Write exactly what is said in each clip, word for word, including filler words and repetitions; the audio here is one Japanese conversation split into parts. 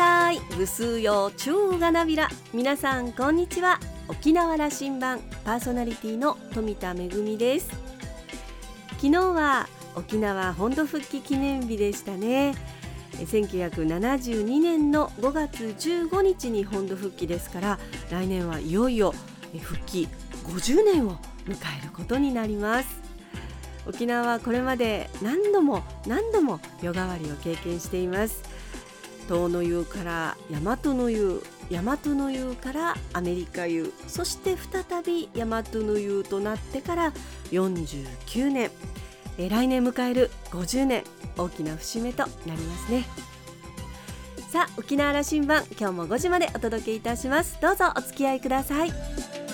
さいぐすうよ中がなびら。皆さんこんにちは。沖縄羅針盤パーソナリティの富田恵です。昨日は沖縄本土復帰記念日でしたね。せんきゅうひゃくななじゅうにねんのごがつじゅうごにちに本土復帰ですから、来年はいよいよ復帰ごじゅうねんを迎えることになります。沖縄はこれまで何度も何度も夜変わりを経験しています。東の湯から大和の湯、大和の湯からアメリカ湯、そして再び大和の湯となってからよんじゅうきゅうねん、え来年迎えるごじゅうねん、大きな節目となりますね。さあ、沖縄羅針盤、今日もごじまでお届けいたします。どうぞお付き合いください。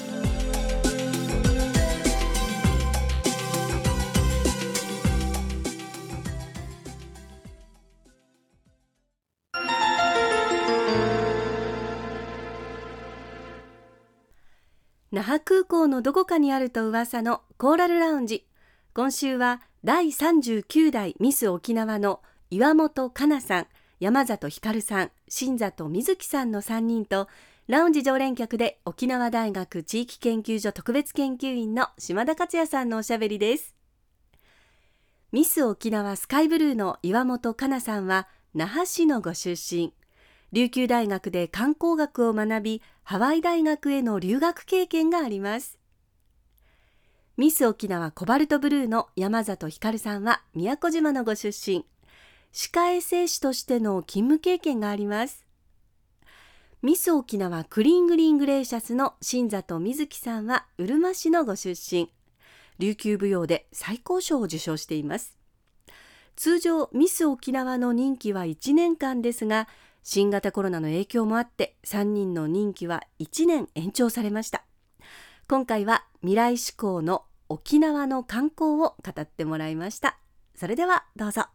那覇空港のどこかにあると噂のコーラルラウンジ。今週はだいさんじゅうきゅうだいミス沖縄の岩本香奈さん、山里光さん、新里瑞希さんのさんにんと、ラウンジ常連客で沖縄大学地域研究所特別研究員の島田克也さんのおしゃべりです。ミス沖縄スカイブルーの岩本香奈さんは那覇市のご出身。琉球大学で観光学を学び、ハワイ大学への留学経験があります。ミス沖縄コバルトブルーの山里光さんは宮古島のご出身。歯科衛生士としての勤務経験があります。ミス沖縄クリーングリーングレーシャスの新里瑞希さんはうるま市のご出身。琉球舞踊で最高賞を受賞しています。通常ミス沖縄の任期はいちねんかんですが、新型コロナの影響もあってさんにんの任期はいちねん延長されました。今回は未来志向の沖縄の観光を語ってもらいました。それではどうぞ。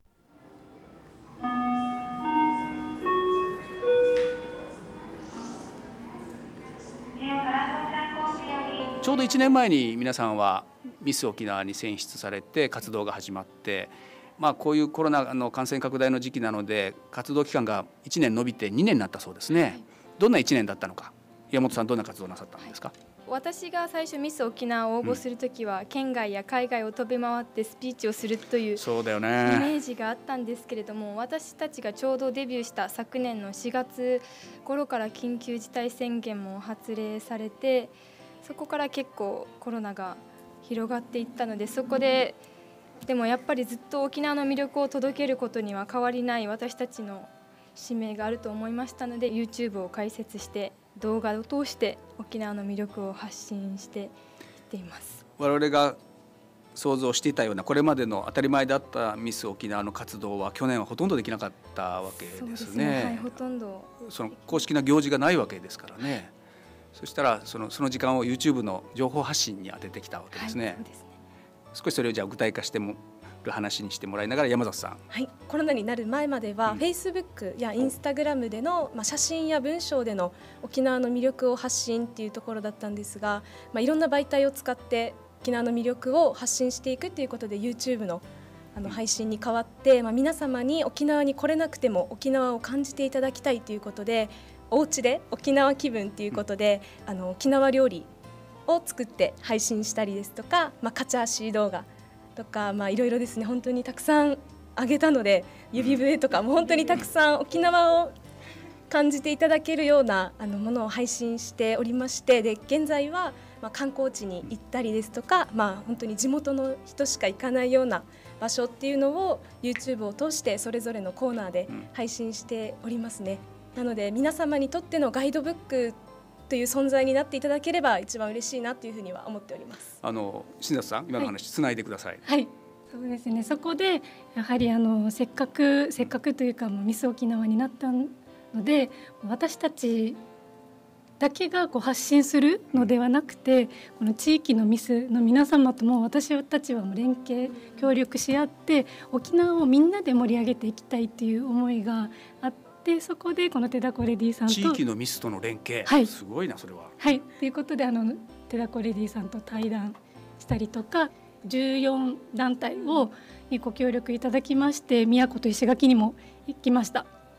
ちょうどいちねんまえに皆さんはミス沖縄に選出されて活動が始まって、まあ、こういうコロナの感染拡大の時期なので活動期間がいちねん延びてにねんになったそうですね、はい、どんないちねんだったのか。山本さん、どんな活動なさったんですか？ 私が最初ミス沖縄を応募するときは、うん、県外や海外を飛び回ってスピーチをするというそうだよね、 イメージがあったんですけれども、私たちがちょうどデビューした昨年のしがつ頃から緊急事態宣言も発令されて、そこから結構コロナが広がっていったので、そこででもやっぱりずっと沖縄の魅力を届けることには変わりない私たちの使命があると思いましたので、 YouTube を開設して動画を通して沖縄の魅力を発信していっています。 我々が想像していたようなこれまでの当たり前だったミス沖縄の活動は去年はほとんどできなかったわけですね。 そうですね、はい、ほとんどその公式な行事がないわけですからね、はい、そしたらその、その時間を YouTube の情報発信に当ててきたわけですね、はい、そうですね。少しそれをじゃあ具体化してもる話にしてもらいながら、山里さん。 はい、コロナになる前までは、うん、Facebook や Instagram での、まあ、写真や文章での沖縄の魅力を発信っていうところだったんですが、まあ、いろんな媒体を使って沖縄の魅力を発信していくということで YouTube の、あの配信に変わって、まあ、皆様に沖縄に来れなくても沖縄を感じていただきたいということで、お家で沖縄気分ということで、うん、あの沖縄料理を作って配信したりですとか、まあ、カチャーシー動画とか、まあ、いろいろですね、本当にたくさんあげたので、指笛とかも本当にたくさん沖縄を感じていただけるようなあのものを配信しておりまして、で現在はまあ観光地に行ったりですとか、まあ、本当に地元の人しか行かないような場所っていうのを YouTube を通してそれぞれのコーナーで配信しておりますね。なので皆様にとってのガイドブックという存在になっていただければ一番嬉しいなというふうには思っております。 あの新里さん、今の話、はい、つないでください。 はい、そうですね。そこでやはりあのせっかくせっかくというかもうミス沖縄になったので、私たちだけがこう発信するのではなくて、この地域のミスの皆様とも私たちはもう連携協力し合って沖縄をみんなで盛り上げていきたいという思いがあって、でそこでこのテダコレディさんと地域のミスとの連携、 はい、 すごいなそれは。 はいということで、あのテダコレディさんと対談したりとか、じゅうよんだんたいをご協力いただきまして、宮古と石垣にも行きました。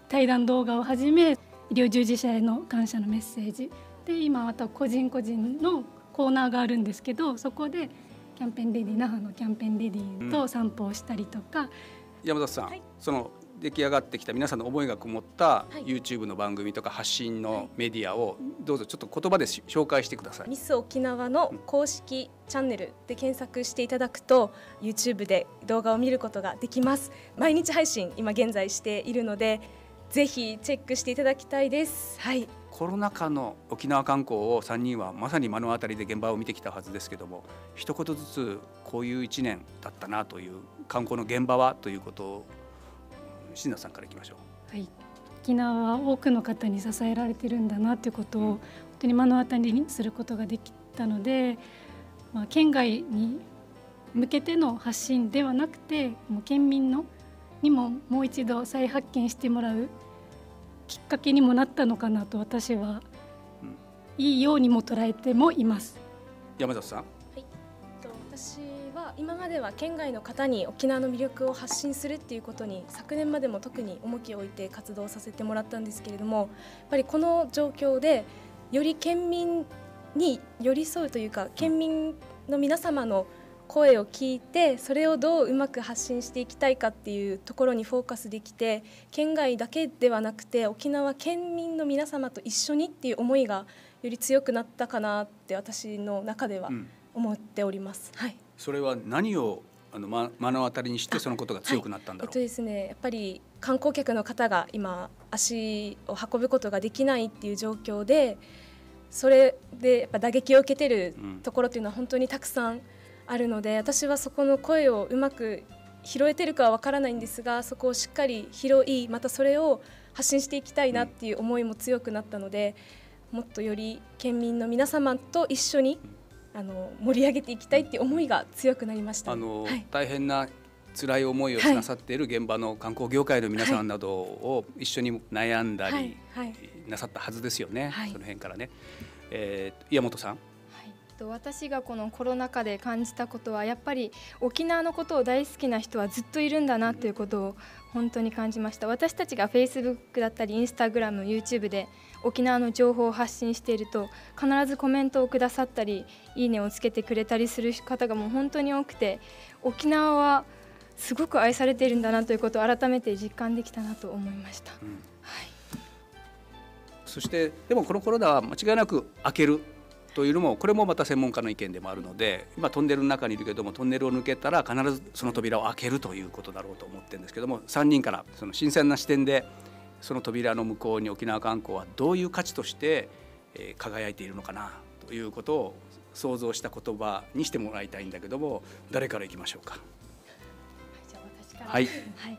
対談動画をはじめ、医療従事者への感謝のメッセージで、今また個人個人のコーナーがあるんですけど、そこでキャンペーンレディ那覇のキャンペーンレディと散歩をしたりとか、うん、 山里さん、はい、その出来上がってきた皆さんの思いがこもった YouTube の番組とか発信のメディアをどうぞちょっと言葉で紹介してください。 ミス沖縄の公式チャンネルで検索していただくと YouTube で動画を見ることができます。毎日配信今現在しているので、ぜひチェックしていただきたいです。はい、 コロナ禍の沖縄観光をさんにんはまさに目の当たりで現場を見てきたはずですけども、一言ずつこういういちねんだったなという観光の現場はということを椎名さんからいきましょう。 はい、沖縄は多くの方に支えられてるんだなということを本当に目の当たりにすることができたので、まあ、県外に向けての発信ではなくて、もう県民のにももう一度再発見してもらうきっかけにもなったのかなと私は、うん、いいようにも捉えてもいます。 山里さん。 はい、私は今までは県外の方に沖縄の魅力を発信するっていうことに昨年までも特に重きを置いて活動させてもらったんですけれども、やっぱりこの状況でより県民に寄り添うというか、県民の皆様の声を聞いてそれをどううまく発信していきたいかっていうところにフォーカスできて、県外だけではなくて沖縄県民の皆様と一緒にっていう思いがより強くなったかなって私の中では思っております。うん、はい、 それは何をあの、ま、目の当たりにしてそのことが強くなったんだろう。 はい、えっとですね、やっぱり観光客の方が今足を運ぶことができないっていう状況で、それでやっぱ打撃を受けてるところっていうのは本当にたくさんあるので、私はそこの声をうまく拾えてるかはわからないんですが、そこをしっかり拾い、またそれを発信していきたいなっていう思いも強くなったので、もっとより県民の皆様と一緒にあの盛り上げていきたいっていう思いが強くなりました。 あの、 はい、 大変な辛い思いをなさっている現場の観光業界の皆さんなどを一緒に悩んだりなさったはずですよね。はい、その辺からね、えー、岩本さん。 私がこのコロナ禍で感じたことは、やっぱり沖縄のことを大好きな人はずっといるんだなということを本当に感じました。私たちが Facebook だったり Instagram、YouTube で沖縄の情報を発信していると、必ずコメントをくださったりいいねをつけてくれたりする方がもう本当に多くて、沖縄はすごく愛されているんだなということを改めて実感できたなと思いました。うん、はい、 そしてでもこのコロナは間違いなく明けるというのも、これもまた専門家の意見でもあるので、今トンネルの中にいるけども、トンネルを抜けたら必ずその扉を開けるということだろうと思ってるんですけども、さんにんからその新鮮な視点でその扉の向こうに沖縄観光はどういう価値として輝いているのかなということを想像した言葉にしてもらいたいんだけども、誰からいきましょうか。 じゃあ私から。 はい、 はい、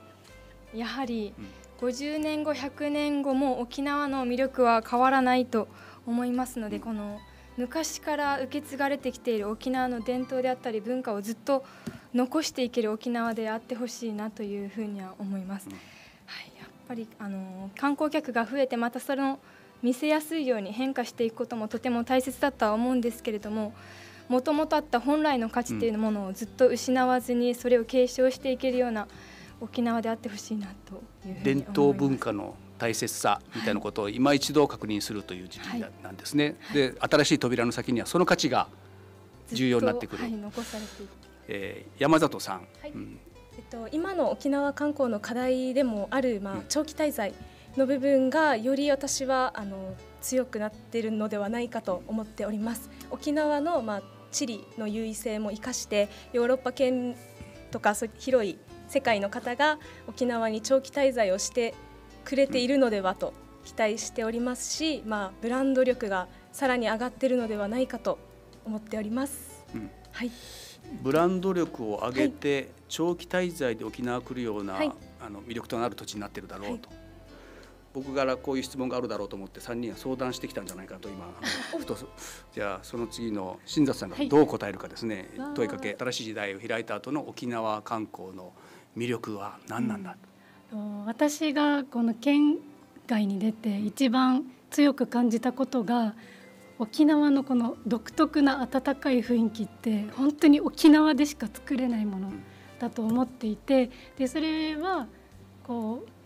やはりごじゅうねんごひゃくねんごも沖縄の魅力は変わらないと思いますので、この昔から受け継がれてきている沖縄の伝統であったり文化をずっと残していける沖縄であってほしいなというふうには思います。はい、やっぱりあの観光客が増えて、またそれを見せやすいように変化していくこともとても大切だとは思うんですけれども、もともとあった本来の価値というものをずっと失わずにそれを継承していけるような沖縄であってほしいなというふうに思います。 伝統文化の大切さみたいなことを今一度確認するという時期なんですね。はい、で、新しい扉の先にはその価値が重要になってくる。 はい、残されている。 えー、山里さん。 はい、うん、えっと、今の沖縄観光の課題でもある、まあ、長期滞在の部分がより私はあの強くなっているのではないかと思っております。沖縄の、まあ、地理の優位性も生かしてヨーロッパ圏とか広い世界の方が沖縄に長期滞在をしてくれているのではと期待しておりますし、まあ、ブランド力がさらに上がっているのではないかと思っております。うん、はい、 ブランド力を上げて、はい、長期滞在で沖縄来るような、はい、あの魅力となる土地になっているだろうと、はい、僕からこういう質問があるだろうと思ってさんにんが相談してきたんじゃないかと今ふとじゃあその次の新里さんがどう答えるかですね。はい、問いかけ、新しい時代を開いた後の沖縄観光の魅力は何なんだ、 うん、私がこの県外に出て一番強く感じたことが、沖縄のこの独特な温かい雰囲気って本当に沖縄でしか作れないものだと思っていて、でそれはこうや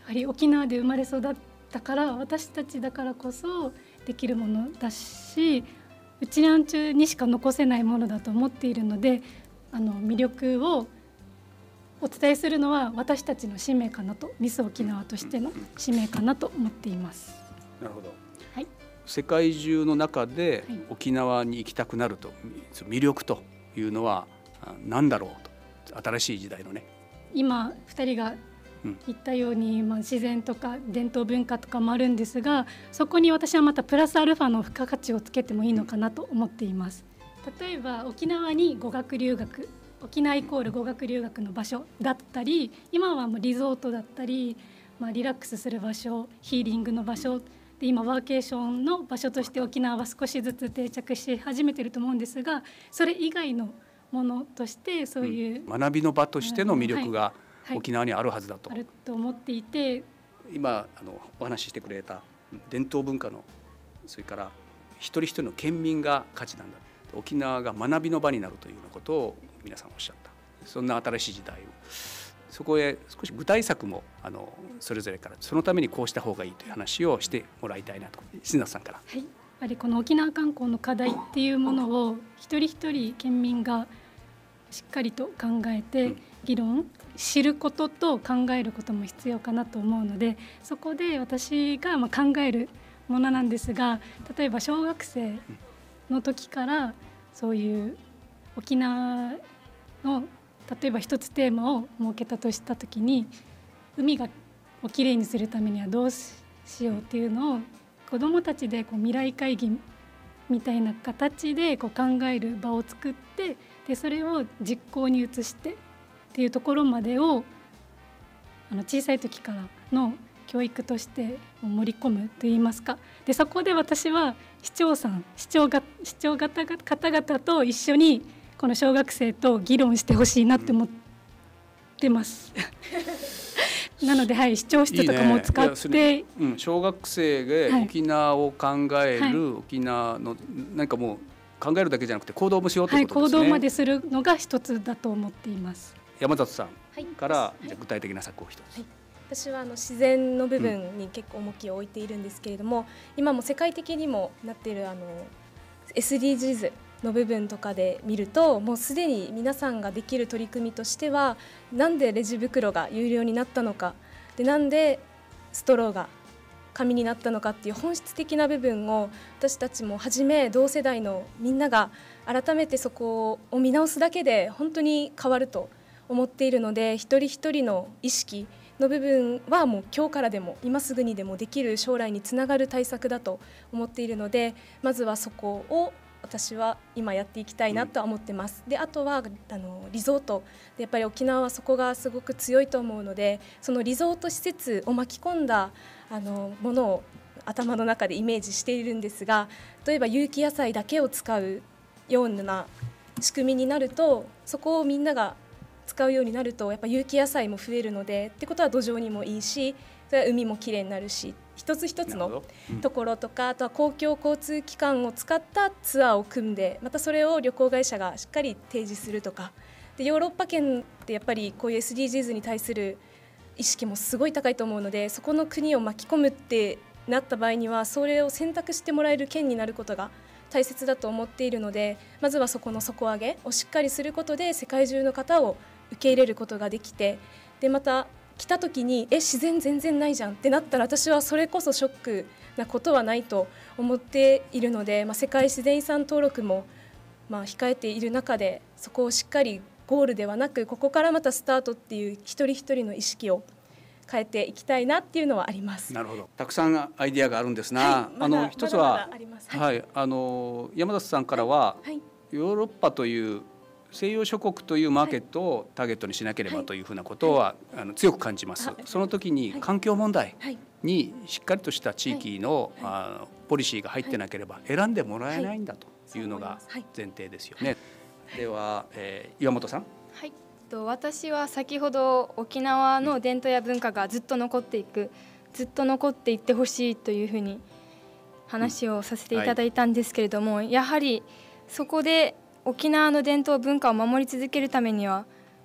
はり沖縄で生まれ育ったから私たちだからこそできるものだし、うちなんちゅうにしか残せないものだと思っているので、あの魅力をお伝えするのは私たちの使命かなと、ミス沖縄としての使命かなと思っています。 なるほど、 はい、 世界中の中で沖縄に行きたくなると、はい、魅力というのは何だろうと、新しい時代のね、 今ふたりが言ったように、うんまあ、自然とか伝統文化とかもあるんですが、そこに私はまたプラスアルファの付加価値をつけてもいいのかなと思っています。例えば沖縄に語学留学、沖縄イコール語学留学の場所だったり、今はもうリゾートだったり、まあ、リラックスする場所、ヒーリングの場所で、今ワーケーションの場所として沖縄は少しずつ定着し始めていると思うんですが、それ以外のものとしてそういう、 うん、学びの場としての魅力が、 はい沖縄にあるはずだと、 あると思っていて、 今あのお話ししてくれた伝統文化の、それから一人一人の県民が価値なんだ、沖縄が学びの場になるというようなことを皆さんおっしゃった。そんな新しい時代を、そこへ少し具体策もあのそれぞれからそのためにこうした方がいいという話をしてもらいたいなと。篠田さんから。 はい、やはりこの沖縄観光の課題っていうものを一人一人県民がしっかりと考えて議論、知ることと考えることも必要かなと思うので、そこで私がまあ考えるものなんですが、例えば小学生の時からそういう沖縄の例えば一つテーマを設けたとした時に、海がをきれいにするためにはどうしようっていうのを子どもたちでこう未来会議みたいな形でこう考える場を作って、でそれを実行に移してっていうところまでをあの小さい時からの教育として盛り込むといいますか、でそこで私は市長さん市長が市長方々と一緒にこの小学生と議論してほしいなって思ってますなので、はい、視聴室とかも使って、 いいね、うん、小学生で沖縄を考える、はい、沖縄のなんかもう考えるだけじゃなくて行動もしようということですね。 はい、行動までするのが一つだと思っています。 山里さんから、はい、じゃあ具体的な策を一つ。 はい、私はあの自然の部分に結構重きを置いているんですけれども、うん、今も世界的にもなっているあの エスディージーズの部分とかで見ると、もうすでに皆さんができる取り組みとしては、なんでレジ袋が有料になったのか、でなんでストローが紙になったのかっていう本質的な部分を私たちもはじめ同世代のみんなが改めてそこを見直すだけで本当に変わると思っているので、一人一人の意識の部分はもう今日からでも今すぐにでもできる将来につながる対策だと思っているので、まずはそこを私は今やっていきたいなとは思ってます。であとはあのリゾートでやっぱり沖縄はそこがすごく強いと思うので、そのリゾート施設を巻き込んだあのものを頭の中でイメージしているんですが、例えば有機野菜だけを使うような仕組みになると、そこをみんなが使うようになるとやっぱ有機野菜も増えるので、ってことは土壌にもいいし、それは海もきれいになるし、一つ一つのところとか、あとは公共交通機関を使ったツアーを組んで、またそれを旅行会社がしっかり提示するとかで、ヨーロッパ圏ってやっぱりこういう エスディージーズ に対する意識もすごい高いと思うので、そこの国を巻き込むってなった場合にはそれを選択してもらえる県になることが大切だと思っているので、まずはそこの底上げをしっかりすることで世界中の方を受け入れることができて、でまた来た時にえ自然全然ないじゃんってなったら、私はそれこそショックなことはないと思っているので、まあ、世界自然遺産登録もまあ控えている中で、そこをしっかりゴールではなく、ここからまたスタートっていう一人一人の意識を変えていきたいなっていうのはあります。 なるほど、たくさんアイディアがあるんですが、はい、あの一つははい、あの山里さんからは、はい、ヨーロッパという西洋諸国というマーケットをターゲットにしなければというふうなことは、はい、あの強く感じます。その時に環境問題にしっかりとした地域の、はいはい、あのポリシーが入ってなければ選んでもらえないんだというのが前提ですよね。はいはい、では、えー、岩本さん。 はい、私は先ほど沖縄の伝統や文化がずっと残っていく、ずっと残っていってほしいというふうに話をさせていただいたんですけれども、うんはい、やはりそこで沖縄の伝統文化を守り続けるためには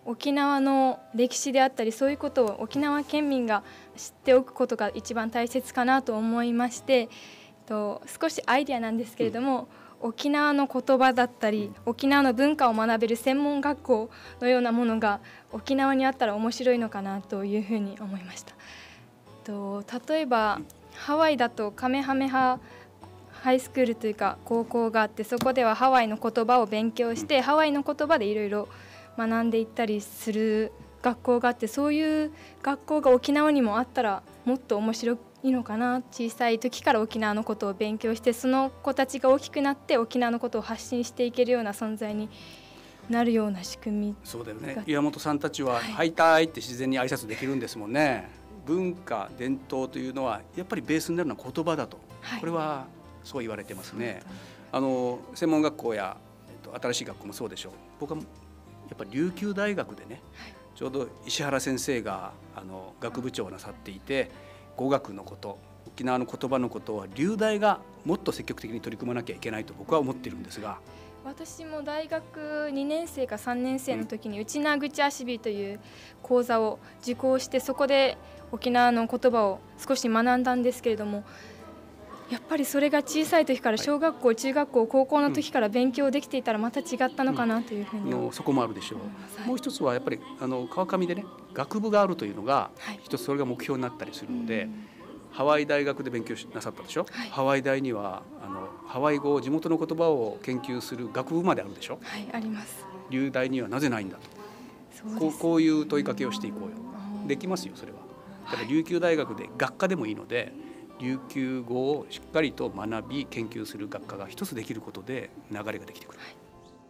沖縄の歴史であったりそういうことを沖縄県民が知っておくことが一番大切かなと思いまして、と少しアイデアなんですけれども、うん、沖縄の言葉だったり沖縄の文化を学べる専門学校のようなものが沖縄にあったら面白いのかなというふうに思いました。と例えばハワイだとカメハメハハイスクールというか高校があって、そこではハワイの言葉を勉強してハワイの言葉でいろいろ学んでいったりする学校があって、そういう学校が沖縄にもあったらもっと面白いのかな。小さい時から沖縄のことを勉強して、その子たちが大きくなって沖縄のことを発信していけるような存在になるような仕組み。 そうだよね。岩本さんたちは「はいたい」って自然に挨拶できるんですもんね。文化伝統というのはやっぱりベースになるのは言葉だと、はい、これはそう言われてますね。あの専門学校や、えっと、新しい学校もそうでしょう。僕はやっぱり琉球大学でね、はい、ちょうど石原先生があの学部長をなさっていて、語学のこと、沖縄の言葉のことは琉大がもっと積極的に取り組まなきゃいけないと僕は思っているんですが、 私も大学にねん生かさんねん生の時に内縄口足火という講座を受講して、そこで沖縄の言葉を少し学んだんですけれども、やっぱりそれが小さい時から小学校、はい、中学校、高校の時から勉強できていたらまた違ったのかなというふうに、 うん、そこもあるでしょう、はい、もう一つはやっぱりあの川上でね学部があるというのが、はい、一つそれが目標になったりするので、うん、ハワイ大学で勉強なさったでしょ、はい、ハワイ大にはあのハワイ語、地元の言葉を研究する学部まであるでしょ。 はい、あります。 琉大にはなぜないんだと、こう、こういう問いかけをしていこうよ。できますよ、それは。だから琉球大学で学科でもいいので、琉球語をしっかりと学び研究する学科が一つできることで流れができてくる、はい、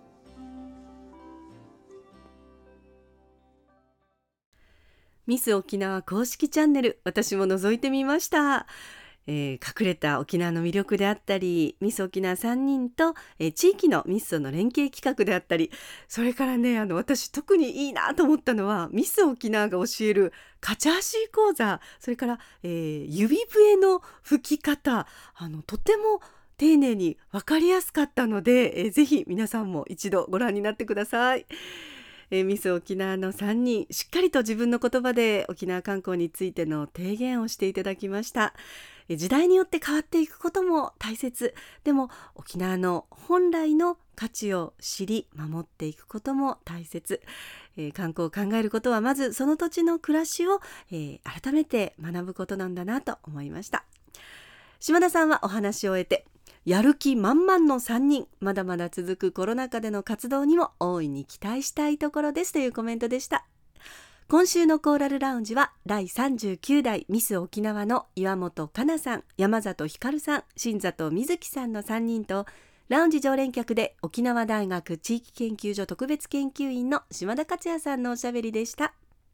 ミス沖縄公式チャンネル、私も覗いてみました。えー、隠れた沖縄の魅力であったり、ミス沖縄さんにんと、えー、地域のミスとの連携企画であったり、それからね、あの私特にいいなと思ったのはミス沖縄が教えるカチャーシー講座、それから、えー、指笛の吹き方、あのとても丁寧に分かりやすかったので、えー、ぜひ皆さんも一度ご覧になってください。えー、ミス沖縄のさんにん、しっかりと自分の言葉で沖縄観光についての提言をしていただきました。えー、時代によって変わっていくことも大切。でも沖縄の本来の価値を知り守っていくことも大切。えー、観光を考えることはまずその土地の暮らしを、えー、改めて学ぶことなんだなと思いました。島田さんはお話を終えて、やる気満々のさんにん、まだまだ続くコロナ禍での活動にも大いに期待したいところですというコメントでした。今週のコーラルラウンジはだいさんじゅうきゅうだいミス沖縄の岩本香奈さん、山里ひかるさん、新里瑞希さんのさんにんと、ラウンジ常連客で沖縄大学地域研究所特別研究員の島田克也さんのおしゃべりでした。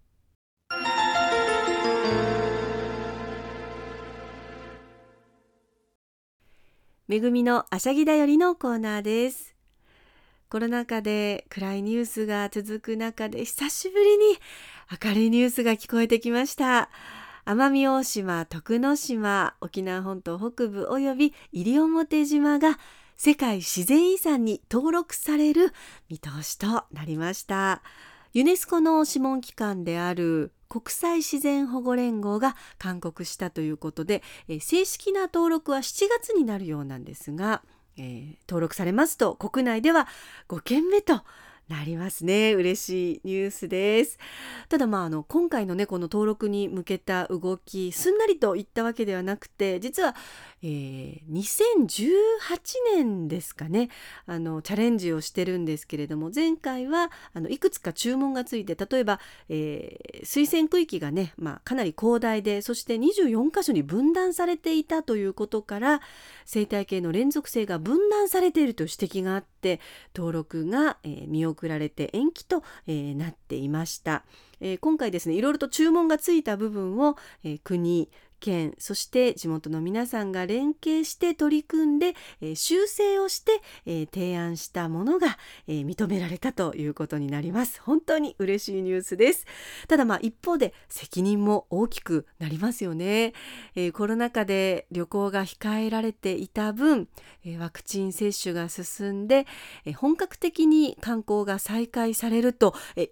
めぐみのあしゃぎだよりのコーナーです。コロナ禍で暗いニュースが続く中で、久しぶりに明るいニュースが聞こえてきました。奄美大島、徳之島、沖縄本島北部および西表島が世界自然遺産に登録される見通しとなりました。ユネスコの諮問機関である国際自然保護連合が勧告したということで、えー、正式な登録はしちがつになるようなんですが、えー、登録されますと国内ではごけんめとなりますね。嬉しいニュースです。ただ、まあ、あの今回のねこの登録に向けた動き、すんなりといったわけではなくて、実は、えー、にせんじゅうはちねんですかね、あのチャレンジをしてるんですけれども、前回はあのいくつか注文がついて、例えば、えー、推薦区域がね、まあ、かなり広大で、そしてにじゅうよんかしょに分断されていたということから、生態系の連続性が分断されているという指摘があって、登録が、えー、見送られて延期と、えー、なっていました。えー、今回ですね、いろいろと注文がついた部分を、えー、国、県、そして地元の皆さんが連携して取り組んで、えー、修正をして、えー、提案したものが、えー、認められたということになります。本当に嬉しいニュースです。ただ、まあ一方で責任も大きくなりますよね。えー、コロナ禍で旅行が控えられていた分、えー、ワクチン接種が進んで、えー、本格的に観光が再開されると、えー、一気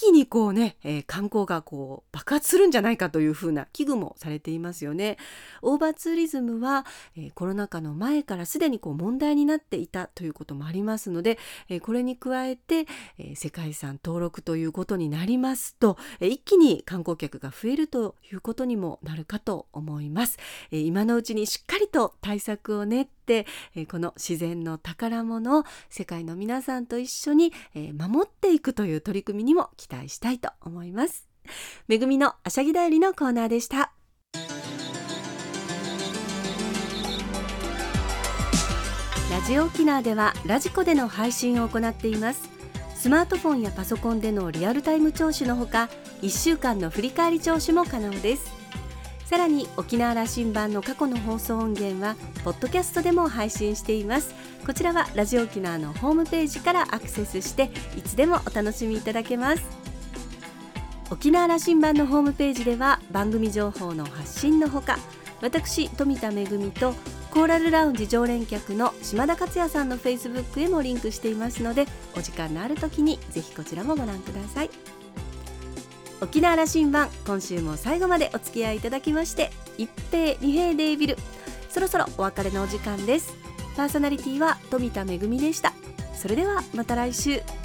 気にこうね、えー、観光がこう爆発するんじゃないかというふうな危惧もされていますよね。オーバーツーリズムは、えー、コロナ禍の前からすでにこう問題になっていたということもありますので、えー、これに加えて、えー、世界遺産登録ということになりますと、えー、一気に観光客が増えるということにもなるかと思います。えー、今のうちにしっかりと対策を練って、えー、この自然の宝物を世界の皆さんと一緒に、えー、守っていくという取り組みにも期待したいと思います。めぐみのあしゃぎだよりのコーナーでした。ラジオ沖縄ではラジコでの配信を行っています。スマートフォンやパソコンでのリアルタイム聴取のほか、いっしゅうかんの振り返り聴取も可能です。さらに沖縄羅針盤の過去の放送音源はポッドキャストでも配信しています。こちらはラジオ沖縄のホームページからアクセスしていつでもお楽しみいただけます。沖縄羅針盤のホームページでは番組情報の発信のほか、私富田恵とコーラルラウンジ常連客の島田克也さんのフェイスブックへもリンクしていますので、お時間のある時にぜひこちらもご覧ください。沖縄羅針盤、今週も最後までお付き合いいただきまして一平二平デービル、そろそろお別れのお時間です。パーソナリティは富田恵でした。それではまた来週。